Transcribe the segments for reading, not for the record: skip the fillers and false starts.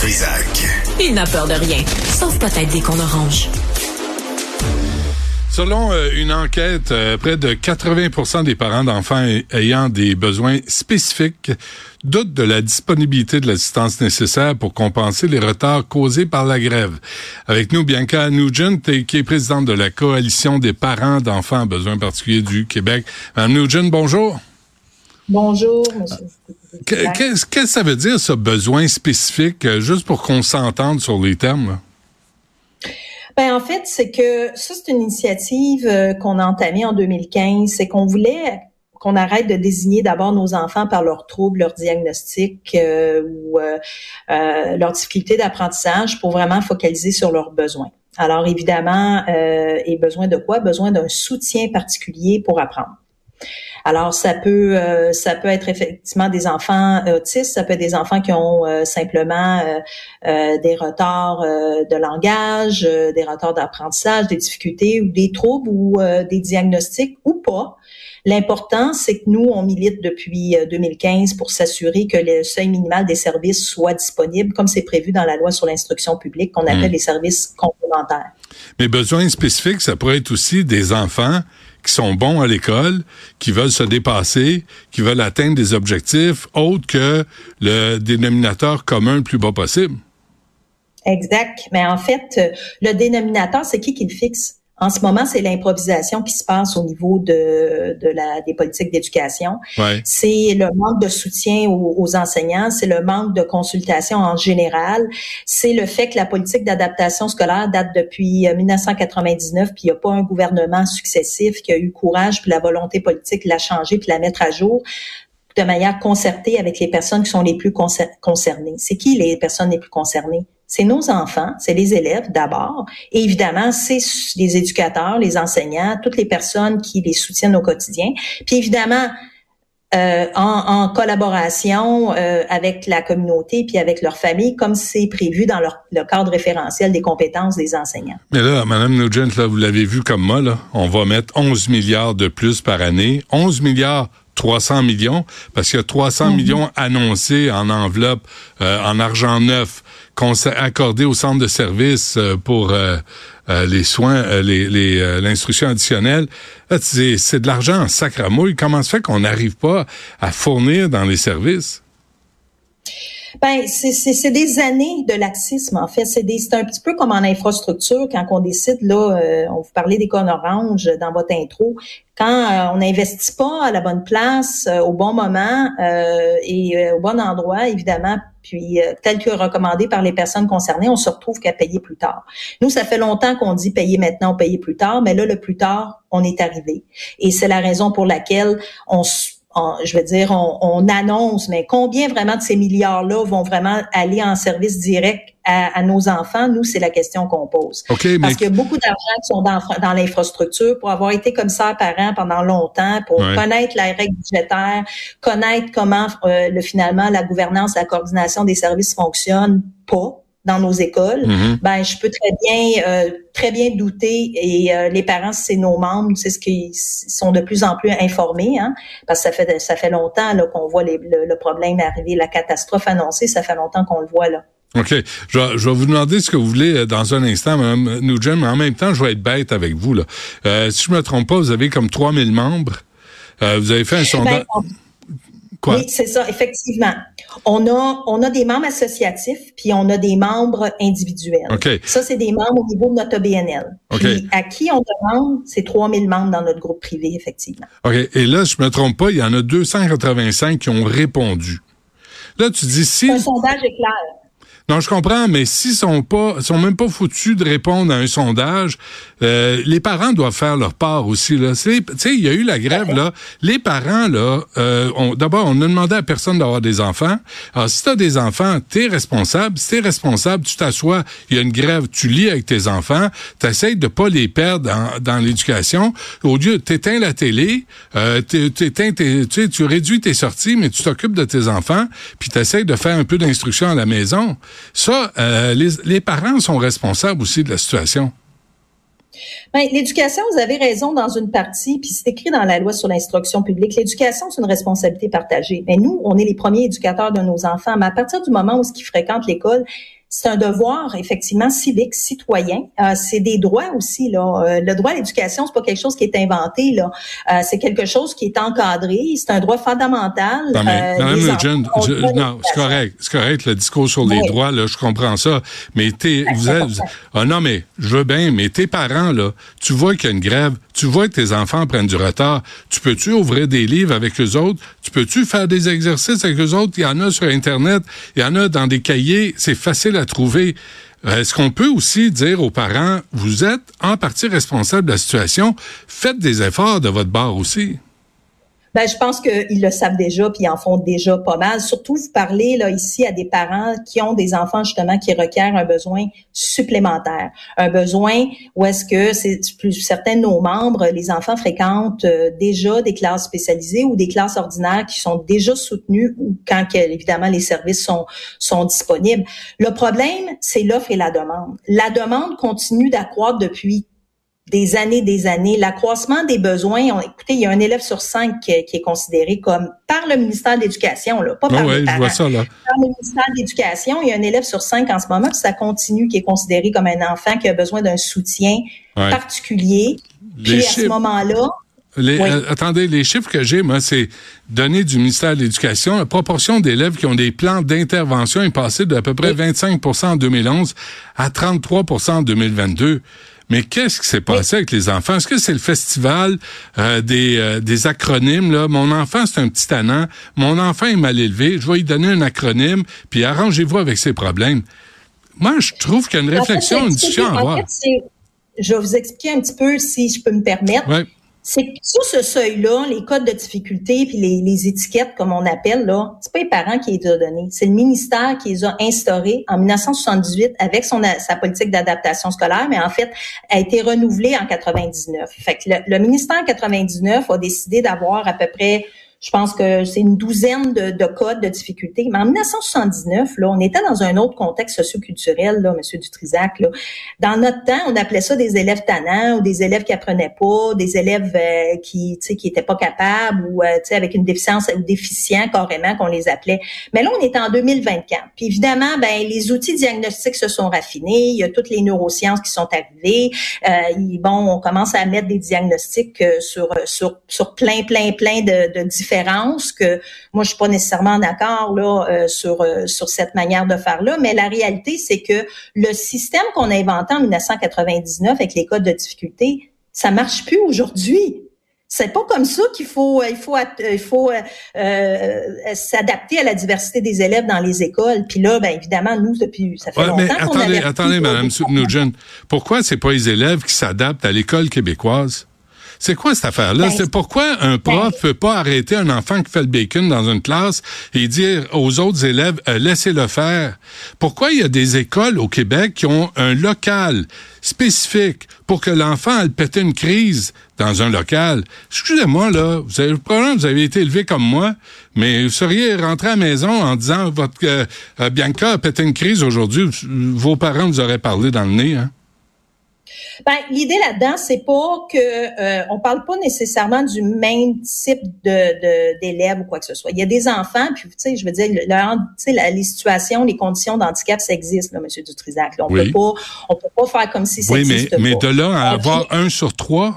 Trizac. Il n'a peur de rien, sauf peut-être des qu'on orange. Selon une enquête, près de 80% des parents d'enfants ayant des besoins spécifiques doutent de la disponibilité de l'assistance nécessaire pour compenser les retards causés par la grève. Avec nous, Bianca Nugent, qui est présidente de la Coalition des parents d'enfants à besoins particuliers du Québec. Madame Nugent, bonjour. Bonjour, monsieur. Qu'est-ce que ça veut dire, ce besoin spécifique, juste pour qu'on s'entende sur les termes, là? En fait, c'est que ça, c'est une initiative qu'on a entamée en 2015. C'est qu'on voulait qu'on arrête de désigner d'abord nos enfants par leurs troubles, leurs diagnostics ou leurs difficultés d'apprentissage pour vraiment focaliser sur leurs besoins. Alors, évidemment, et besoin de quoi? Besoin d'un soutien particulier pour apprendre. Alors, ça peut être effectivement des enfants autistes, ça peut être des enfants qui ont simplement des retards de langage, des retards d'apprentissage, des difficultés ou des troubles ou des diagnostics ou pas. L'important, c'est que nous, on milite depuis 2015 pour s'assurer que le seuil minimal des services soit disponible, comme c'est prévu dans la loi sur l'instruction publique, qu'on appelle les services complémentaires. Mais besoins spécifiques, ça pourrait être aussi des enfants qui sont bons à l'école, qui veulent se dépasser, qui veulent atteindre des objectifs autres que le dénominateur commun le plus bas possible. Exact. Mais en fait, le dénominateur, c'est qui le fixe? En ce moment, c'est l'improvisation qui se passe au niveau des politiques d'éducation. Ouais. C'est le manque de soutien aux enseignants, c'est le manque de consultation en général, c'est le fait que la politique d'adaptation scolaire date depuis 1999, puis il n'y a pas un gouvernement successif qui a eu le courage puis la volonté politique de la changer puis de la mettre à jour de manière concertée avec les personnes qui sont les plus concernées. C'est qui les personnes les plus concernées? C'est nos enfants, c'est les élèves d'abord, et évidemment, c'est les éducateurs, les enseignants, toutes les personnes qui les soutiennent au quotidien. Puis évidemment, en collaboration avec la communauté puis avec leur famille, comme c'est prévu dans le cadre référentiel des compétences des enseignants. Mais là, Mme Nugent, là, vous l'avez vu comme moi, là, on va mettre 11 milliards de plus par année, 11 milliards 300 millions, parce qu'il y a 300 millions annoncés en enveloppe, en argent neuf, accordés au centre de services pour les soins, l'instruction additionnelle. Là, c'est de l'argent en sacramouille. Comment se fait qu'on n'arrive pas à fournir dans les services? C'est des années de laxisme, en fait. C'est un petit peu comme en infrastructure, quand on décide, là, on vous parlait des cônes oranges dans votre intro, quand on n'investit pas à la bonne place, au bon moment et au bon endroit, évidemment, puis tel que recommandé par les personnes concernées, on se retrouve qu'à payer plus tard. Nous, ça fait longtemps qu'on dit payer maintenant ou payer plus tard, mais là, le plus tard, on est arrivé. Et c'est la raison pour laquelle on annonce, mais combien vraiment de ces milliards-là vont vraiment aller en service direct à nos enfants? Nous, c'est la question qu'on pose. Okay, parce qu'il y a beaucoup d'argent qui sont dans l'infrastructure pour avoir été commissaire parent pendant longtemps, pour connaître la règle budgétaire, connaître comment finalement la gouvernance, la coordination des services fonctionne pas dans nos écoles. Je peux très bien douter, et les parents, c'est nos membres, c'est ce qui sont de plus en plus informés, hein, parce que ça fait longtemps là qu'on voit le problème arriver, la catastrophe annoncée, ça fait longtemps qu'on le voit là. OK. Je vais vous demander ce que vous voulez dans un instant, Mme Nugent, mais en même temps, je vais être bête avec vous, là. Si je me trompe pas, vous avez comme 3000 membres. Vous avez fait un sondage. Quoi? Oui, c'est ça, effectivement. On a des membres associatifs, puis on a des membres individuels. Okay. Ça, c'est des membres au niveau de notre OBNL. Okay. Puis à qui on demande, c'est 3000 membres dans notre groupe privé, effectivement. OK. Et là, je me trompe pas, il y en a 285 qui ont répondu. Là, tu dis si... Un sondage est clair. Non, je comprends, mais s'ils sont même pas foutus de répondre à un sondage, les parents doivent faire leur part aussi, là. Tu sais, il y a eu la grève, là. Les parents, là, d'abord, on n'a demandé à personne d'avoir des enfants. Alors, si t'as des enfants, t'es responsable. Si t'es responsable, tu t'assois, il y a une grève, tu lis avec tes enfants, t'essayes de pas les perdre dans l'éducation. Au lieu, t'éteins la télé, tu réduis tes sorties, mais tu t'occupes de tes enfants, puis t'essayes de faire un peu d'instruction à la maison. Ça, les parents sont responsables aussi de la situation. Ben, l'éducation, vous avez raison dans une partie, puis c'est écrit dans la loi sur l'instruction publique. L'éducation, c'est une responsabilité partagée. Mais nous, on est les premiers éducateurs de nos enfants. Mais à partir du moment où ils fréquentent l'école, c'est un devoir, effectivement, civique, citoyen. C'est des droits aussi, là. Le droit à l'éducation, c'est pas quelque chose qui est inventé, là. C'est quelque chose qui est encadré. C'est un droit fondamental. Non, mais, Mme Nugent, non, c'est correct, le discours sur les droits, là, je comprends ça. Mais non, mais, je veux bien, mais tes parents, là, tu vois qu'il y a une grève, tu vois que tes enfants prennent du retard, tu peux-tu ouvrir des livres avec eux autres? Tu peux-tu faire des exercices avec eux autres? Il y en a sur Internet, il y en a dans des cahiers, c'est facile à trouver. Est-ce qu'on peut aussi dire aux parents, vous êtes en partie responsable de la situation, faites des efforts de votre bord aussi? Ben, je pense qu'ils le savent déjà, puis ils en font déjà pas mal. Surtout, vous parlez là ici à des parents qui ont des enfants justement qui requièrent un besoin supplémentaire, un besoin où est-ce que c'est plus certains de nos membres, les enfants fréquentent déjà des classes spécialisées ou des classes ordinaires qui sont déjà soutenues ou quand évidemment les services sont disponibles. Le problème, c'est l'offre et la demande. La demande continue d'accroître depuis des années. L'accroissement des besoins, écoutez, il y a un élève sur 5 qui est considéré comme par le ministère de l'Éducation, là, pas par les parents. Je vois ça, là. Par le ministère de l'Éducation, il y a un élève sur 5 en ce moment, puis ça continue, qui est considéré comme un enfant qui a besoin d'un soutien particulier. Puis à ce moment-là, attendez, les chiffres que j'ai, moi, c'est donné du ministère de l'Éducation. La proportion d'élèves qui ont des plans d'intervention est passée d'à peu près 25 % en 2011 à 33 % en 2022. Mais qu'est-ce qui s'est passé avec les enfants? Est-ce que c'est le festival des acronymes, là? Mon enfant, c'est un petit tannant. Mon enfant est mal élevé. Je vais lui donner un acronyme, puis arrangez-vous avec ses problèmes. Moi, je trouve qu'il y a une réflexion, une discussion à avoir. Je vais vous expliquer un petit peu, si je peux me permettre. Ouais. C'est que sur ce seuil-là, les codes de difficulté puis les étiquettes, comme on appelle, là, c'est pas les parents qui les ont donnés. C'est le ministère qui les a instaurés en 1978 avec sa politique d'adaptation scolaire, mais en fait, a été renouvelée en 99. Fait que le ministère en 99 a décidé d'avoir à peu près, je pense que c'est une douzaine de codes de difficulté. Mais en 1979, là, on était dans un autre contexte socioculturel, là, M. Dutrisac, là. Dans notre temps, on appelait ça des élèves tannants ou des élèves qui apprenaient pas, des élèves qui étaient pas capables ou avec une déficience ou déficients carrément qu'on les appelait. Mais là, on est en 2024. Puis évidemment, les outils diagnostiques se sont raffinés. Il y a toutes les neurosciences qui sont arrivées. On commence à mettre des diagnostics sur plein de différences que moi je suis pas nécessairement d'accord là sur cette manière de faire là, mais la réalité c'est que le système qu'on a inventé en 1999 avec les codes de difficulté, ça marche plus aujourd'hui. C'est pas comme ça qu'il faut s'adapter à la diversité des élèves dans les écoles. Puis là, évidemment, nous depuis ça fait longtemps qu'on avait. Attendez, Mme Nugent, pourquoi c'est pas les élèves qui s'adaptent à l'école québécoise? C'est quoi cette affaire-là? C'est pourquoi un prof peut pas arrêter un enfant qui fait le bacon dans une classe et dire aux autres élèves, laissez-le faire? Pourquoi il y a des écoles au Québec qui ont un local spécifique pour que l'enfant aille péter une crise dans un local? Excusez-moi, là, vous avez été élevé comme moi, mais vous seriez rentré à la maison en disant, Bianca a pété une crise aujourd'hui, vos parents vous auraient parlé dans le nez, hein? L'idée là-dedans, c'est pas que on parle pas nécessairement du même type d'élèves ou quoi que ce soit. Il y a des enfants, puis tu sais, je veux dire, les situations, les conditions d'handicap, ça existe, là, M. Dutrisac. Là, on peut pas faire comme si ça existe pas. Mais de là à avoir 1 sur 3,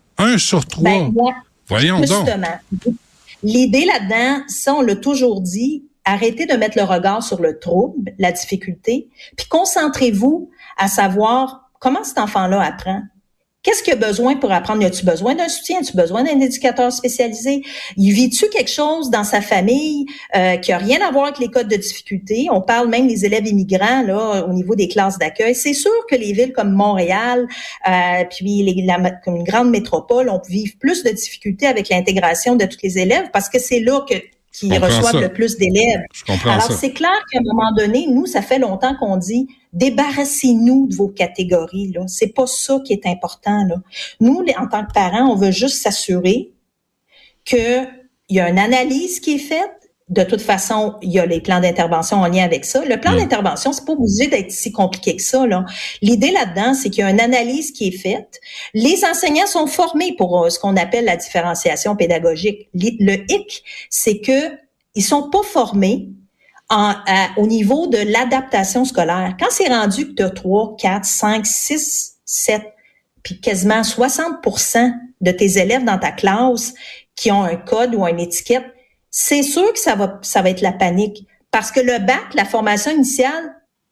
voyons donc. Justement, l'idée là-dedans, ça, on l'a toujours dit, arrêtez de mettre le regard sur le trouble, la difficulté, puis concentrez-vous à savoir comment cet enfant-là apprend? Qu'est-ce qu'il a besoin pour apprendre? As-tu besoin d'un soutien? As-tu besoin d'un éducateur spécialisé? Vit-tu quelque chose dans sa famille qui a rien à voir avec les codes de difficulté? On parle même des élèves immigrants là au niveau des classes d'accueil. C'est sûr que les villes comme Montréal, comme une grande métropole, on vit plus de difficultés avec l'intégration de tous les élèves parce que c'est là qui reçoivent le plus d'élèves. Alors, c'est clair qu'à un moment donné, nous, ça fait longtemps qu'on dit débarrassez-nous de vos catégories, là. C'est pas ça qui est important, là. Nous, en tant que parents, on veut juste s'assurer qu'il y a une analyse qui est faite, de toute façon, il y a les plans d'intervention en lien avec ça. Le plan d'intervention, c'est pas obligé d'être si compliqué que ça, là. L'idée là-dedans, c'est qu'il y a une analyse qui est faite. Les enseignants sont formés pour ce qu'on appelle la différenciation pédagogique. Le hic, c'est que ils sont pas formés au niveau de l'adaptation scolaire. Quand c'est rendu que tu as 3, 4, 5, 6, 7, puis quasiment 60% de tes élèves dans ta classe qui ont un code ou une étiquette, c'est sûr que ça va être la panique. Parce que le bac, la formation initiale,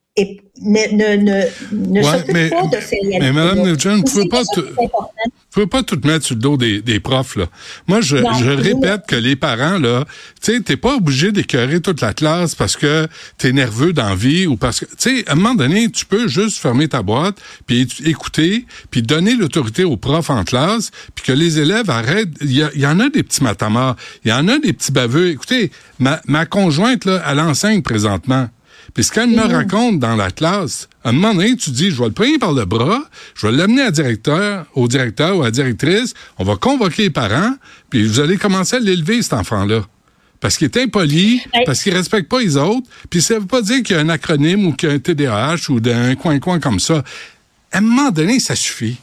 ne s'occupe pas de ces réalités. Mais Mme Nugent, vous pouvez pas tout mettre sur le dos des profs, là. Moi, je répète que les parents, là, tu sais, t'es pas obligé d'écœurer toute la classe parce que t'es nerveux d'envie ou parce que, tu sais, à un moment donné, tu peux juste fermer ta boîte, puis écouter, puis donner l'autorité aux profs en classe, puis que les élèves arrêtent. Il y en a des petits matamars, il y en a des petits baveux. Écoutez, ma conjointe, là, elle enseigne présentement. Puis ce qu'elle me raconte dans la classe, à un moment donné, tu dis, je vais le prendre par le bras, je vais l'amener au directeur ou à la directrice, on va convoquer les parents, puis vous allez commencer à l'élever, cet enfant-là. Parce qu'il est impoli, parce qu'il respecte pas les autres, puis ça veut pas dire qu'il y a un acronyme ou qu'il y a un TDAH ou d'un coin-coin comme ça. À un moment donné, ça suffit.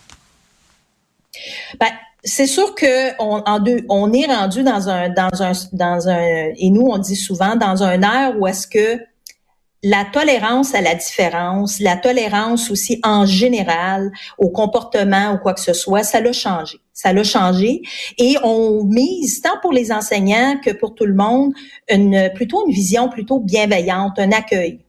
C'est sûr que on est rendu dans un et nous on dit souvent dans un air où est-ce que la tolérance à la différence, la tolérance aussi en général au comportement ou quoi que ce soit, ça l'a changé. Ça l'a changé et on mise tant pour les enseignants que pour tout le monde plutôt une vision plutôt bienveillante, un accueil.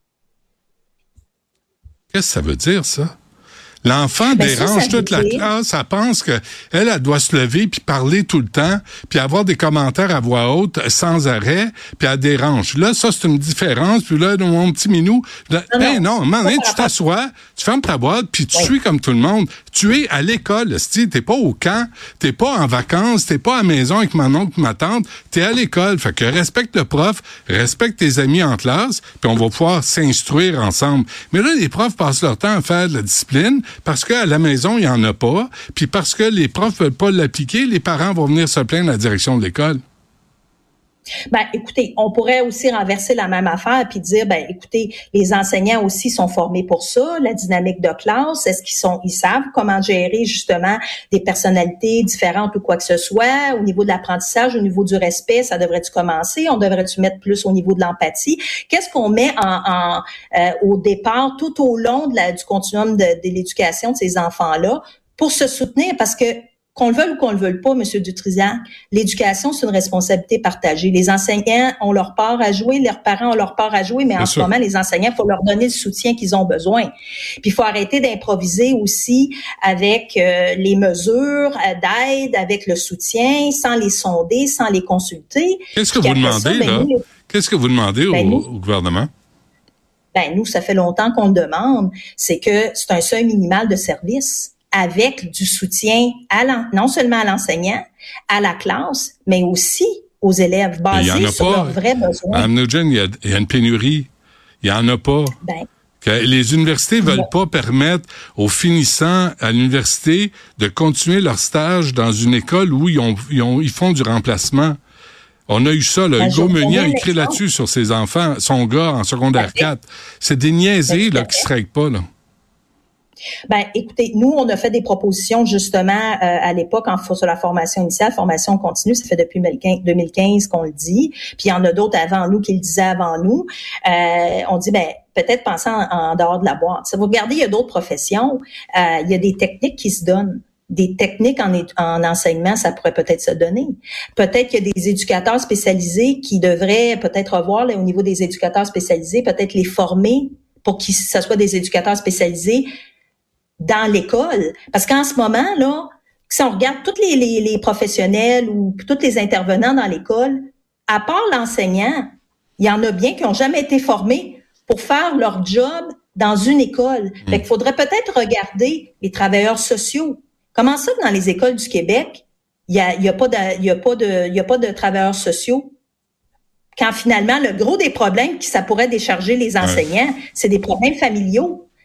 Qu'est-ce que ça veut dire, ça? L'enfant dérange toute la classe, elle pense que elle doit se lever puis parler tout le temps, puis avoir des commentaires à voix haute sans arrêt, puis elle dérange. Là, ça, c'est une différence. Puis là, mon petit minou, non, à un moment donné, tu t'assois, tu fermes ta boîte, puis tu suis comme tout le monde. Tu es à l'école, t'es pas au camp, t'es pas en vacances, t'es pas à la maison avec mon oncle, ma tante, t'es à l'école. Fait que respecte le prof, respecte tes amis en classe, puis on va pouvoir s'instruire ensemble. Mais là, les profs passent leur temps à faire de la discipline, parce qu'à la maison, il n'y en a pas, puis parce que les profs ne veulent pas l'appliquer, les parents vont venir se plaindre à la direction de l'école. Écoutez, on pourrait aussi renverser la même affaire puis dire, écoutez, les enseignants aussi sont formés pour ça, la dynamique de classe, est-ce ils savent comment gérer justement des personnalités différentes ou quoi que ce soit, au niveau de l'apprentissage, au niveau du respect, ça devrait-tu commencer, on devrait-tu mettre plus au niveau de l'empathie, qu'est-ce qu'on met au départ, tout au long du continuum de l'éducation de ces enfants-là pour se soutenir, parce que qu'on le veuille ou qu'on le veuille pas, M. Dutrisac, l'éducation, c'est une responsabilité partagée. Les enseignants ont leur part à jouer, leurs parents ont leur part à jouer, mais en ce moment, les enseignants, il faut leur donner le soutien qu'ils ont besoin. Puis il faut arrêter d'improviser aussi avec les mesures d'aide, avec le soutien, sans les sonder, sans les consulter. Qu'est-ce que vous demandez, là? Qu'est-ce que vous demandez au gouvernement? Nous, ça fait longtemps qu'on le demande. C'est que c'est un seuil minimal de service, avec du soutien non seulement à l'enseignant, à la classe, mais aussi aux élèves, basés sur leurs vrais besoins. Mme Nugent, il y a une pénurie. Il n'y en a pas. Les universités veulent pas permettre aux finissants à l'université de continuer leur stage dans une école où ils font du remplacement. On a eu ça, là. Hugo Meunier a écrit là-dessus sur ses enfants, son gars en secondaire 4. C'est des niaiseries là, qui se règlent pas, là. Écoutez, nous, on a fait des propositions justement à l'époque sur la formation initiale, formation continue. Ça fait depuis 2015 qu'on le dit. Puis il y en a d'autres avant nous qui le disaient avant nous. On dit, peut-être penser en dehors de la boîte. Ça, vous regardez, il y a d'autres professions. Il y a des techniques qui se donnent. Des techniques en enseignement, ça pourrait peut-être se donner. Peut-être qu'il y a des éducateurs spécialisés qui devraient peut-être revoir là, au niveau des éducateurs spécialisés, peut-être les former pour que ce soit des éducateurs spécialisés dans l'école. Parce qu'en ce moment, là, si on regarde tous les professionnels ou tous les intervenants dans l'école, à part l'enseignant, il y en a bien qui n'ont jamais été formés pour faire leur job dans une école. Fait qu'il faudrait peut-être regarder les travailleurs sociaux. Comment ça que dans les écoles du Québec, il y a pas de travailleurs sociaux? Quand finalement, le gros des problèmes ça pourrait décharger les enseignants, c'est des problèmes familiaux.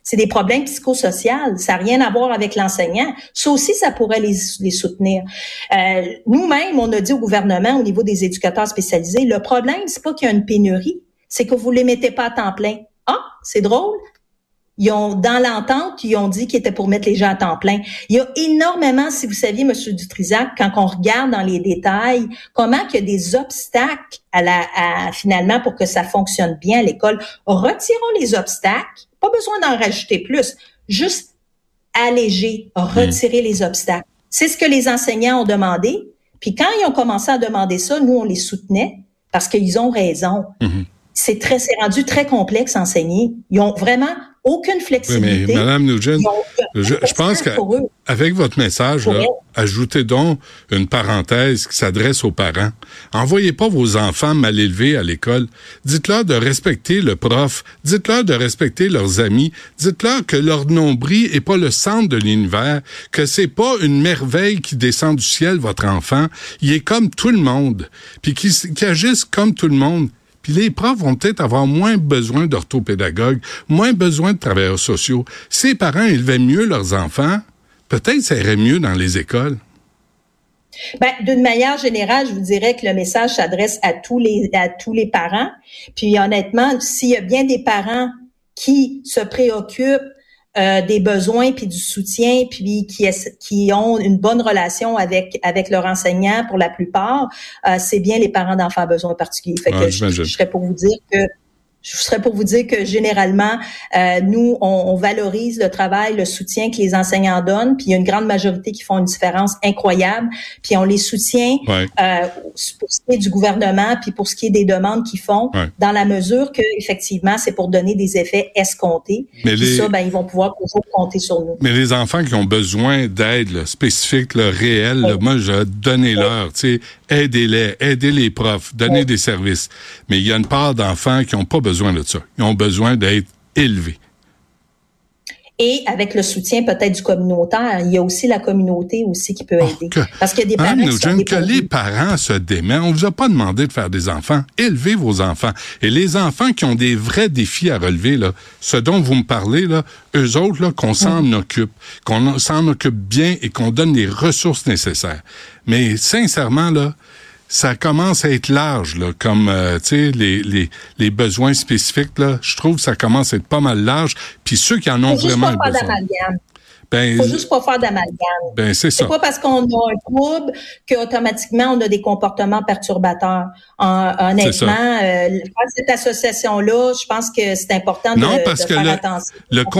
C'est des problèmes psychosociaux. Ça n'a rien à voir avec l'enseignant. Ça aussi, ça pourrait les soutenir. Nous-mêmes, on a dit au gouvernement, au niveau des éducateurs spécialisés, le problème, c'est pas qu'il y a une pénurie, c'est que vous les mettez pas à temps plein. Ah, c'est drôle. Dans l'entente, ils ont dit qu'ils étaient pour mettre les gens à temps plein. Il y a énormément, si vous saviez, M. Dutrisac, quand on regarde dans les détails, comment qu'il y a des obstacles finalement pour que ça fonctionne bien à l'école. Retirons les obstacles. Pas besoin d'en rajouter plus. Juste alléger, retirer les obstacles. C'est ce que les enseignants ont demandé. Puis quand ils ont commencé à demander ça, nous, on les soutenait parce qu'ils ont raison. C'est rendu très complexe à enseigner. Ils ont vraiment aucune flexibilité. Oui, mais Mme Nugent, je pense qu'avec votre message, là, ajoutez donc une parenthèse qui s'adresse aux parents. Envoyez pas vos enfants mal élevés à l'école. Dites-leur de respecter le prof. Dites-leur de respecter leurs amis. Dites-leur que leur nombril est pas le centre de l'univers, que c'est pas une merveille qui descend du ciel, votre enfant. Il est comme tout le monde. Puis qui agisse comme tout le monde. Puis les profs vont peut-être avoir moins besoin d'orthopédagogues, moins besoin de travailleurs sociaux. Si les parents élevaient mieux leurs enfants, peut-être ça irait mieux dans les écoles. D'une manière générale, je vous dirais que le message s'adresse à tous les parents. Puis honnêtement, s'il y a bien des parents qui se préoccupent des besoins puis du soutien puis qui ont une bonne relation avec leur enseignant pour la plupart, c'est bien les parents d'enfants à besoins particuliers. Fait que je serais pour vous dire que généralement, nous, on valorise le travail, le soutien que les enseignants donnent, puis il y a une grande majorité qui font une différence incroyable, puis on les soutient pour ce qui est du gouvernement, puis pour ce qui est des demandes qu'ils font, dans la mesure que effectivement, c'est pour donner des effets escomptés. Puis ça, ils vont pouvoir toujours compter sur nous. Mais les enfants qui ont besoin d'aide là, spécifique, là, réelle, là, moi, donnez-leur, tu sais, aidez les profs, donnez des services. Mais il y a une part d'enfants qui n'ont pas besoin de ça. Ils ont besoin d'être élevés. Et avec le soutien peut-être du communautaire, il y a aussi la communauté aussi qui peut aider. Parce qu'il y a des parents qui sont que les parents se démènent. On vous a pas demandé de faire des enfants. Élevez vos enfants. Et les enfants qui ont des vrais défis à relever, là, ce dont vous me parlez, là, eux autres, là, qu'on s'en occupe, qu'on s'en occupe bien et qu'on donne les ressources nécessaires. Mais sincèrement, là, ça commence à être large, là, comme tu sais, les besoins spécifiques, là. Je trouve que ça commence à être pas mal large. Puis ceux qui en ont vraiment besoin. Faut juste pas faire d'amalgame. C'est pas parce qu'on a un trouble qu'automatiquement on a des comportements perturbateurs. Honnêtement, faire cette association-là, je pense que c'est important de faire attention.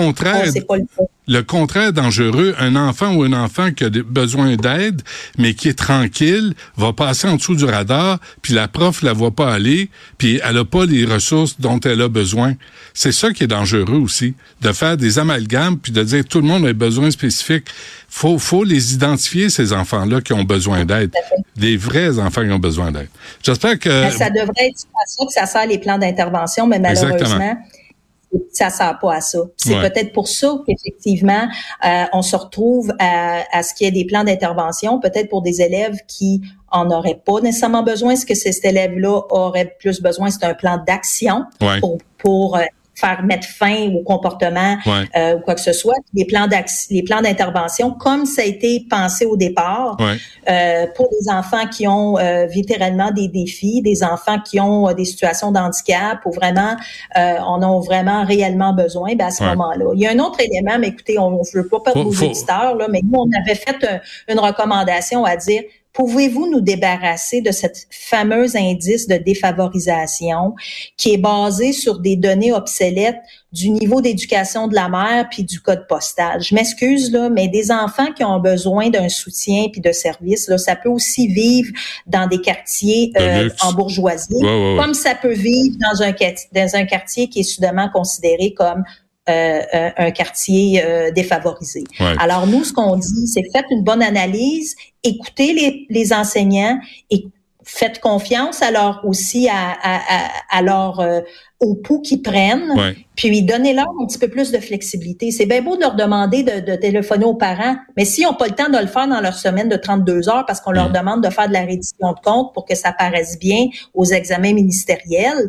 Le contraire dangereux, un enfant ou une enfant qui a besoin d'aide, mais qui est tranquille, va passer en dessous du radar, puis la prof la voit pas aller, puis elle a pas les ressources dont elle a besoin. C'est ça qui est dangereux aussi, de faire des amalgames, puis de dire tout le monde a besoin spécifique. Faut les identifier, ces enfants-là qui ont besoin d'aide. Des vrais enfants qui ont besoin d'aide. J'espère que... Ça devrait être à ça que ça sert les plans d'intervention, mais malheureusement... ça sert pas à ça. C'est peut-être pour ça qu'effectivement, on se retrouve à ce qu'il y ait des plans d'intervention, peut-être pour des élèves qui en auraient pas nécessairement besoin. Ce que cet élève-là aurait plus besoin, c'est un plan d'action pour faire mettre fin au comportement ou quoi que ce soit. Les plans d'intervention, comme ça a été pensé au départ, pour des enfants qui ont littéralement des défis, des enfants qui ont des situations de handicap, ou vraiment en ont vraiment réellement besoin, à ce moment-là. Il y a un autre élément, mais écoutez, on ne veut pas perdre nos auditeurs, là, mais nous, on avait fait une recommandation à dire: pouvez-vous nous débarrasser de cette fameuse indice de défavorisation qui est basé sur des données obsolètes du niveau d'éducation de la mère puis du code postal? Je m'excuse, là, mais des enfants qui ont besoin d'un soutien puis de services, là, ça peut aussi vivre dans des quartiers en bourgeoisie, comme ça peut vivre dans un quartier qui est soudainement considéré comme un quartier défavorisé. Alors nous, ce qu'on dit, c'est faites une bonne analyse, écoutez les enseignants et faites confiance alors aussi à leur au pouls qu'ils prennent, puis donnez-leur un petit peu plus de flexibilité. C'est bien beau de leur demander de téléphoner aux parents, mais s'ils n'ont pas le temps de le faire dans leur semaine de 32 heures parce qu'on leur demande de faire de la reddition de comptes pour que ça paraisse bien aux examens ministériels,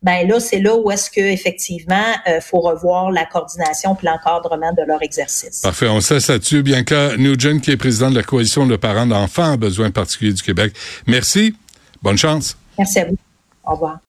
ben là, c'est là où est-ce que effectivement faut revoir la coordination puis l'encadrement de leur exercice. Parfait. On cesse là-dessus. Bianca Nugent, qui est présidente de la Coalition de parents d'enfants à besoins particuliers du Québec. Merci. Bonne chance. Merci à vous. Au revoir.